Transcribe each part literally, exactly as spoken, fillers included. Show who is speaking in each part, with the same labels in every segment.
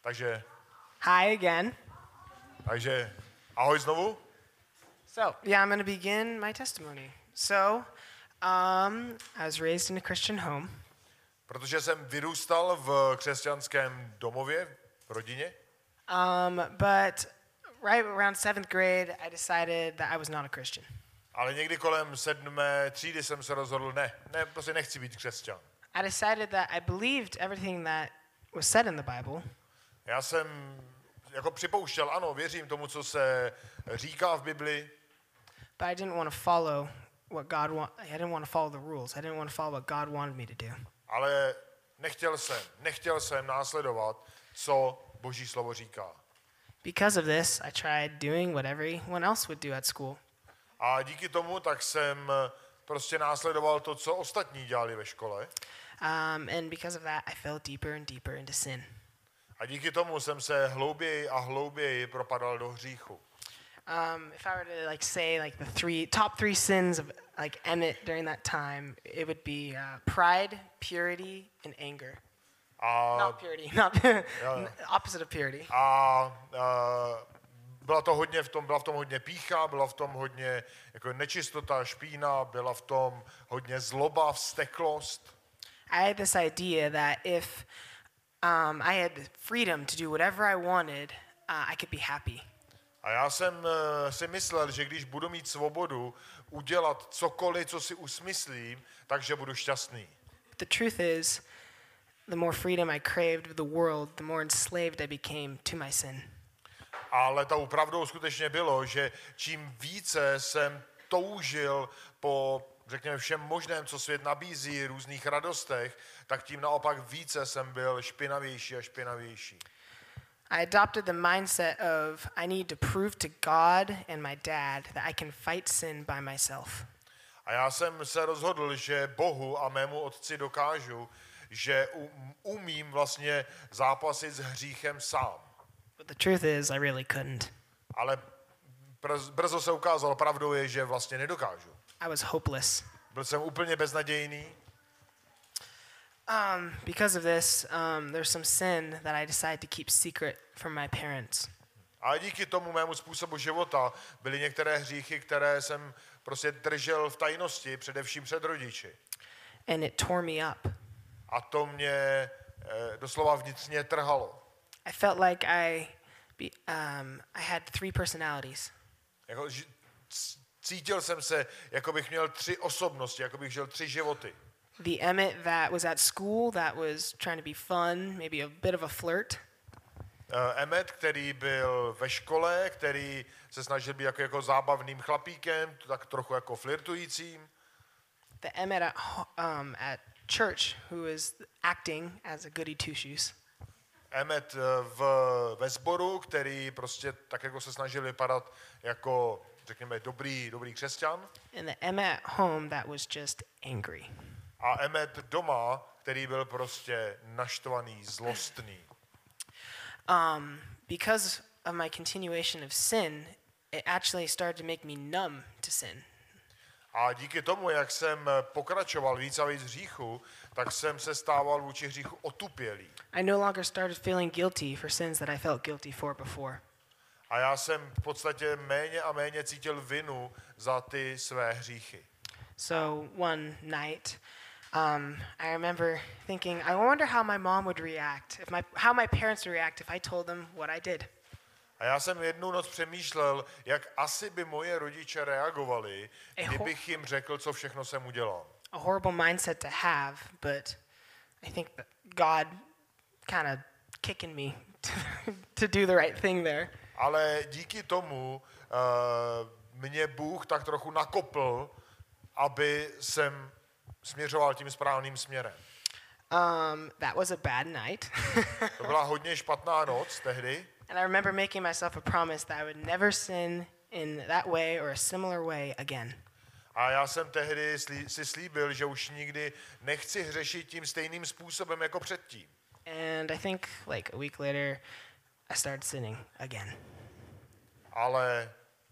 Speaker 1: Takže,
Speaker 2: Hi again.
Speaker 1: takže ahoj znovu.
Speaker 2: So, yeah, I'm going to begin my testimony. So, um, I was raised in a Christian home.
Speaker 1: Protože jsem vyrůstal v křesťanském domově, v rodině.
Speaker 2: Um, but right around seventh grade, I decided that I was not a Christian.
Speaker 1: Ale někdy kolem sedmé třídy jsem se rozhodl, ne, ne, prostě nechci být křesťan.
Speaker 2: I decided that I believed everything that was said in the Bible.
Speaker 1: Já jsem jako připouštěl, ano, věřím tomu, co se říká v Bibli,
Speaker 2: But I didn't want to follow what God wa- I didn't want to follow the rules. I didn't want to follow what God wanted me to do.
Speaker 1: ale nechtěl jsem, nechtěl jsem následovat, co Boží slovo říká.
Speaker 2: Because of this, I tried doing what everyone else would do at school.
Speaker 1: A díky tomu tak jsem prostě následoval to, co ostatní dělali ve škole.
Speaker 2: Um, and because of that, I fell deeper and deeper into sin.
Speaker 1: A díky tomu jsem se hlouběji a hlouběji propadal do hříchu.
Speaker 2: Um, if I were to like say like the three top three sins of like Emmett during that time, it would be uh, pride, purity, and anger.
Speaker 1: A,
Speaker 2: Not purity, not opposite of purity.
Speaker 1: a, a byla to hodně v tom, byla v tom hodně pýcha, byla v tom hodně jako nečistota, špína, byla v tom hodně zloba, vzteklost.
Speaker 2: I had this idea that if um, I had the freedom to do whatever I wanted, uh, I could be happy.
Speaker 1: A já jsem uh, si myslel, že když budu mít svobodu udělat cokoliv, co si usmyslím, takže budu šťastný.
Speaker 2: But the truth is, the more freedom I craved of the world, the more enslaved I became to my sin.
Speaker 1: Ale tou pravdou skutečně bylo, že čím více jsem toužil po, řekněme, všem možném, co svět nabízí, různých radostech, tak tím naopak více jsem byl špinavější a špinavější.
Speaker 2: I adopted the mindset of I need to prove to God and my dad that I can fight sin by myself.
Speaker 1: A já jsem se rozhodl, že Bohu a mému otci dokážu, že umím vlastně zápasit s hříchem sám.
Speaker 2: But the truth is, I really couldn't.
Speaker 1: Ale brzo se ukázalo, pravdou je, že vlastně nedokážu.
Speaker 2: I was hopeless.
Speaker 1: Byl jsem úplně beznadějný.
Speaker 2: Um, because of this, um, there's some sin that I decided to keep secret from my parents.
Speaker 1: A díky tomu mému způsobu života byly některé hříchy, které jsem prostě držel v tajnosti, především před rodiči.
Speaker 2: And it tore me up.
Speaker 1: A to mě eh, doslova vnitřně trhalo.
Speaker 2: I felt like I, be, um, I had three personalities.
Speaker 1: Jako, cítil jsem se, jako bych měl tři osobnosti, jako bych žil tři životy.
Speaker 2: The Emmett that was at school, that was trying to be fun, maybe a bit of a flirt.
Speaker 1: Uh, Emmet, který byl ve škole, který se snažil být jako, jako zábavným chlapíkem, tak trochu jako flirtujícím.
Speaker 2: The Emmett at, um, at church who was acting as a goody two-shoes.
Speaker 1: Emmet v, ve sboru, který prostě tak jako se snažil vypadat jako, řekněme, dobrý, dobrý křesťan.
Speaker 2: And the Emmet at home that was just angry.
Speaker 1: A Emmet doma, který byl prostě naštvaný, zlostný.
Speaker 2: Um, because of my continuation of sin, it actually started to make me numb to sin.
Speaker 1: A díky tomu, jak jsem pokračoval víc a víc hříchu, tak jsem se stával vůči hříchu otupělý.
Speaker 2: I no longer started feeling guilty for sins that I felt guilty for before.
Speaker 1: A já jsem v podstatě méně a méně cítil vinu za ty své hříchy.
Speaker 2: So one night, um, I remember thinking, I wonder how my mom would react, if my, how my parents would react if I told them what I did.
Speaker 1: A já jsem jednu noc přemýšlel, jak asi by moje rodiče reagovali, kdybych jim řekl, co všechno jsem udělal.
Speaker 2: A horrible mindset to have, but I think that God kind of kicking me to, to do the right thing there.
Speaker 1: Ale díky tomu uh, mě Bůh tak trochu nakopl, aby jsem směřoval tím správným směrem.
Speaker 2: Um, that was a bad night.
Speaker 1: To byla hodně špatná noc tehdy.
Speaker 2: And I remember making myself a promise that I would never sin in that way or a similar way again.
Speaker 1: A já jsem tehdy slí, si slíbil, že už nikdy nechci hřešit tím stejným způsobem jako předtím.
Speaker 2: And I think like a week later, I started sinning again.
Speaker 1: Ale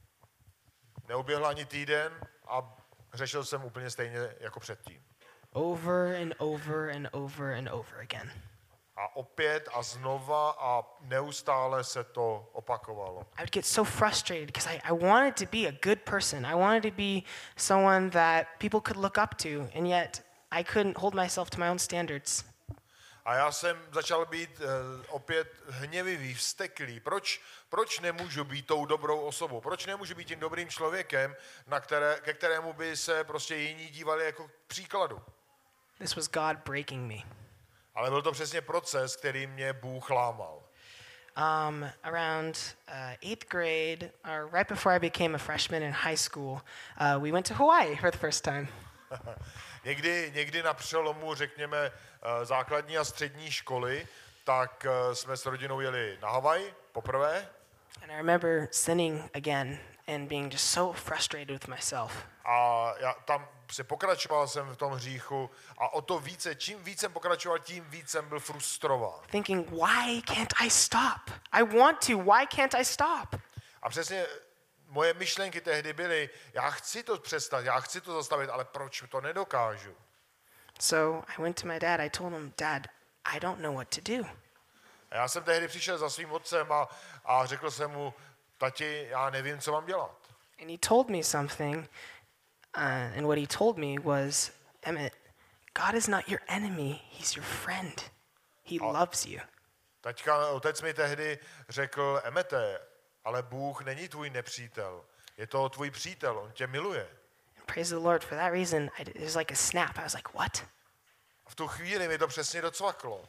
Speaker 1: neuběhl ani týden a hřešil jsem úplně stejně jako předtím.
Speaker 2: Over and over and over and over again.
Speaker 1: A opět a znova a neustále se to opakovalo.
Speaker 2: I would get so frustrated because I, I wanted to be a good person. I wanted to be someone that people could look up to, and yet I couldn't hold myself to my own standards.
Speaker 1: A já jsem začal být uh, opět hněvivý, vzteklý. Proč, proč nemůžu být tou dobrou osobou? Proč nemůžu být tím dobrým člověkem, na které, ke kterému by se prostě jiní dívali jako k příkladu?
Speaker 2: This was God breaking me.
Speaker 1: Ale byl to přesně proces, který mě Bůh lámal.
Speaker 2: Um, around uh, eighth grade, or right before I became a freshman in high school, uh, we went to Hawaii for the first time.
Speaker 1: někdy, někdy na přelomu, řekněme, uh, základní a střední školy, tak uh, jsme s rodinou jeli na Havaj poprvé.
Speaker 2: And I remember sinning again and being just so frustrated with myself.
Speaker 1: A já tam si pokračoval jsem v tom hříchu a o to více, čím víc jsem pokračoval, tím víc jsem byl frustrován.
Speaker 2: Thinking, why can't I stop? I want to, why can't I stop?
Speaker 1: A přesně moje myšlenky tehdy byly, já chci to přestat, já chci to zastavit, ale proč to nedokážu?
Speaker 2: So I went to my dad, I told him, Dad, I don't know what to do.
Speaker 1: A já jsem tehdy přišel za svým otcem a, a řekl jsem mu, tati, já nevím, co mám dělat.
Speaker 2: And he told me something, uh, and what he told me was, Emmett, God is not your enemy, he's your friend. He loves you.
Speaker 1: Taťka, otec mi tehdy řekl, Emmete, ale Bůh není tvůj nepřítel, je to tvůj přítel, on tě miluje.
Speaker 2: And praise the Lord, for that reason, I, it was like a snap. I was like, what?
Speaker 1: V tu chvíli mi to přesně docvaklo.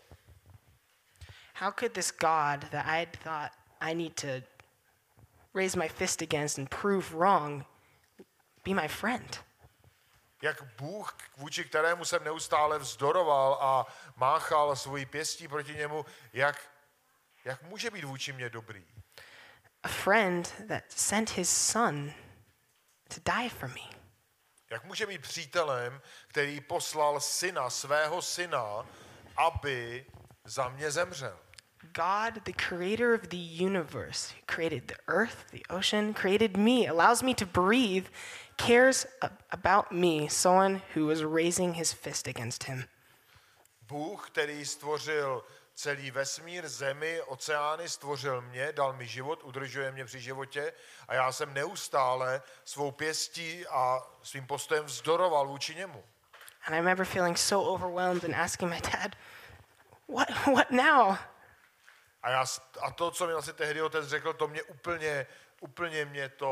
Speaker 2: How could this God that I thought I need to raise my fist against and prove wrong be my friend?
Speaker 1: Jak Bůh, vůči kterému jsem neustále vzdoroval a máchal svoji pěstí proti němu, jak, jak může být vůči mě dobrý?
Speaker 2: A friend that sent his son to die for me.
Speaker 1: Jak může být přítelem, který poslal syna, svého syna, aby za mě zemřel?
Speaker 2: God, the creator of the universe, who created the earth, the ocean, created me, allows me to breathe, cares about me, someone who was raising his fist against him.
Speaker 1: Bůh, který stvořil celý vesmír, zemi, oceány, stvořil mě, dal mi život, udržuje mě při životě a já jsem neustále svou pěstí a svým postojem vzdoroval vůči němu.
Speaker 2: And I remember feeling so overwhelmed and asking my dad, what, what now?
Speaker 1: A, já, a to, co mi vlastně tehdy otec řekl, to mě úplně, úplně mě to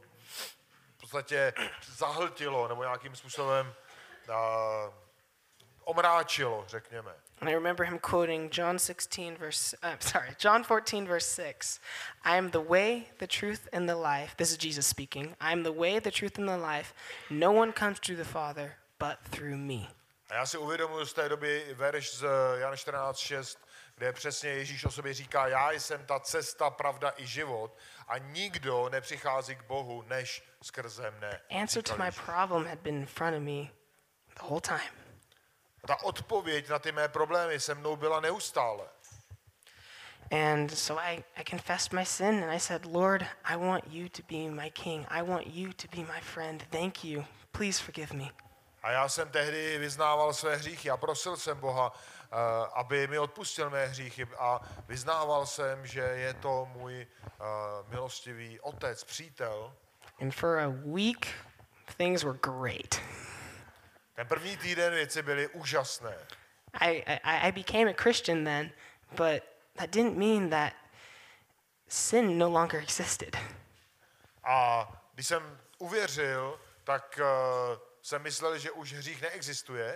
Speaker 1: v podstatě zahltilo, nebo nějakým způsobem uh, omráčilo, řekněme.
Speaker 2: And I remember him quoting John sixteen verse, uh, sorry, John fourteen verse six. I am the way, the truth, and the life. This is Jesus speaking. I am the way, the truth, and the life. No one comes to the Father but through me.
Speaker 1: A já si uvědomuji z té doby verš z Jan čtrnáct šest, kde přesně Ježíš o sobě říká, já jsem ta cesta, pravda i život a nikdo nepřichází k Bohu, než skrze mne.
Speaker 2: Answer to my problem had been in front of me the whole time.
Speaker 1: Ta odpověď na ty mé problémy se mnou byla neustále.
Speaker 2: And so I, I confessed my sin and I said, Lord, I want you to be my king. I want you to be my friend. Thank you. Please forgive me.
Speaker 1: A já jsem tehdy vyznával své hříchy a prosil jsem Boha, uh, aby mi odpustil mé hříchy a vyznával jsem, že je to můj uh, milostivý otec, přítel.
Speaker 2: And for a week, things were great.
Speaker 1: Ten první týden věci byly úžasné.
Speaker 2: I, I, I became a Christian then, but that didn't mean that sin no longer existed.
Speaker 1: A když jsem uvěřil, tak uh, jsem myslel, že už hřích neexistuje.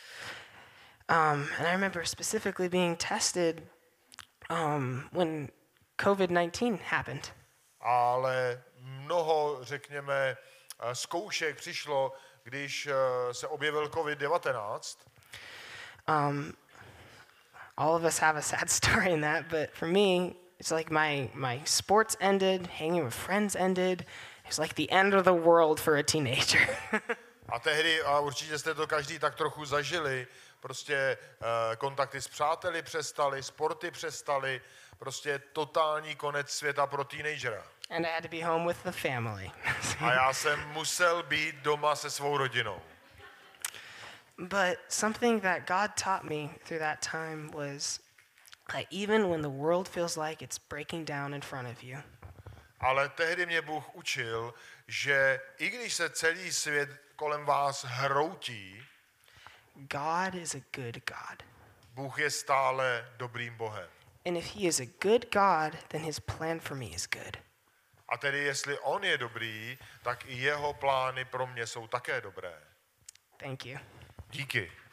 Speaker 2: Um, and I remember specifically being tested um, when covid nineteen happened.
Speaker 1: Ale mnoho, řekněme, uh, zkoušek přišlo, když uh, se objevil covid devatenáct.
Speaker 2: Um, all of us have a sad story in that, but for me, it's like my, my sports ended, hanging with friends ended. It's like the end of the world for a teenager.
Speaker 1: A tehdy, a určitě jste to každý tak trochu zažili, prostě uh, kontakty s přáteli přestaly, sporty přestaly, prostě totální konec světa pro teenagera.
Speaker 2: And I had to be home with the family.
Speaker 1: A já jsem musel být doma se svou rodinou.
Speaker 2: But something that God taught me through that time was That even when the world feels like it's breaking down in front of you,
Speaker 1: Ale tehdy mě Bůh učil, že i když se celý svět kolem vás hroutí,
Speaker 2: God is a good God.
Speaker 1: Bůh je stále dobrým Bohem.
Speaker 2: And if he is a good God, then his plan for me is good.
Speaker 1: A tedy jestli on je dobrý, tak i jeho plány pro mě jsou také dobré.
Speaker 2: Thank you.
Speaker 1: Díky.